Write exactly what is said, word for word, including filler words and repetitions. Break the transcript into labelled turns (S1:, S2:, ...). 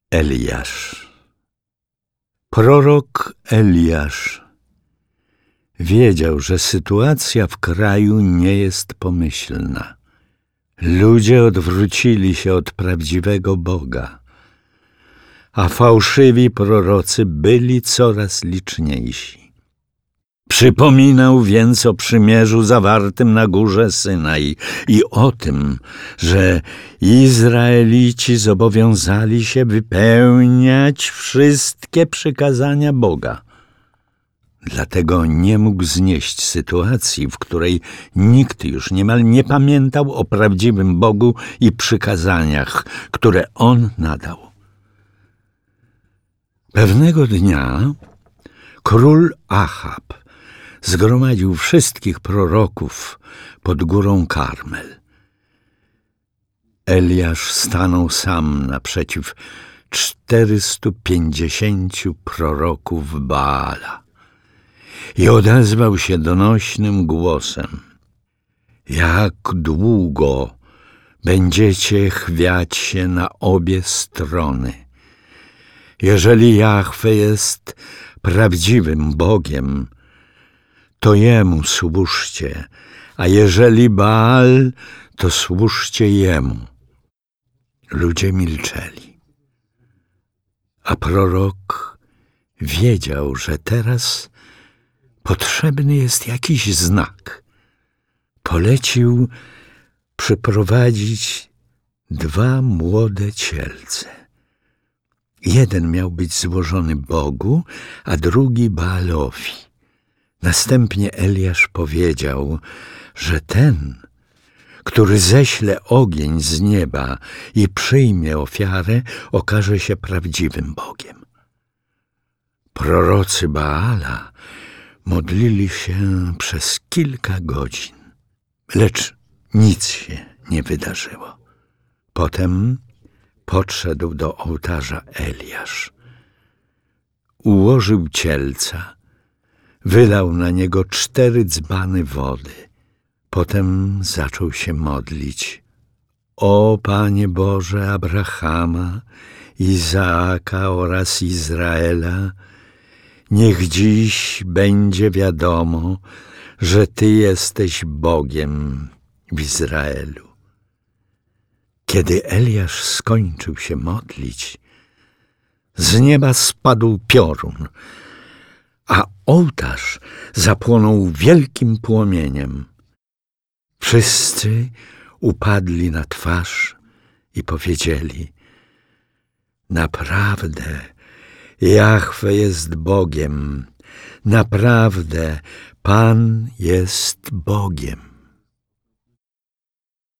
S1: Eliasz. Prorok Eliasz wiedział, że sytuacja w kraju nie jest pomyślna. Ludzie odwrócili się od prawdziwego Boga, a fałszywi prorocy byli coraz liczniejsi. Przypominał więc o przymierzu zawartym na górze Synaj i o tym, że Izraelici zobowiązali się wypełniać wszystkie przykazania Boga. Dlatego nie mógł znieść sytuacji, w której nikt już niemal nie pamiętał o prawdziwym Bogu i przykazaniach, które On nadał. Pewnego dnia król Achab zgromadził wszystkich proroków pod górą Karmel. Eliasz stanął sam naprzeciw czterystu pięćdziesięciu proroków Baala i odezwał się donośnym głosem: jak długo będziecie chwiać się na obie strony? Jeżeli Jahwe jest prawdziwym Bogiem, to Jemu służcie, a jeżeli Baal, to służcie Jemu. Ludzie milczeli, a prorok wiedział, że teraz potrzebny jest jakiś znak. Polecił przyprowadzić dwa młode cielce. Jeden miał być złożony Bogu, a drugi Baalowi. Następnie Eliasz powiedział, że ten, który ześle ogień z nieba i przyjmie ofiarę, okaże się prawdziwym Bogiem. Prorocy Baala modlili się przez kilka godzin, lecz nic się nie wydarzyło. Potem podszedł do ołtarza Eliasz, ułożył cielca, wylał na niego cztery dzbany wody. Potem zaczął się modlić: o Panie Boże Abrahama, Izaaka oraz Izraela, niech dziś będzie wiadomo, że Ty jesteś Bogiem w Izraelu. Kiedy Eliasz skończył się modlić, z nieba spadł piorun, a ołtarz zapłonął wielkim płomieniem. Wszyscy upadli na twarz i powiedzieli: naprawdę Jahwe jest Bogiem, naprawdę Pan jest Bogiem.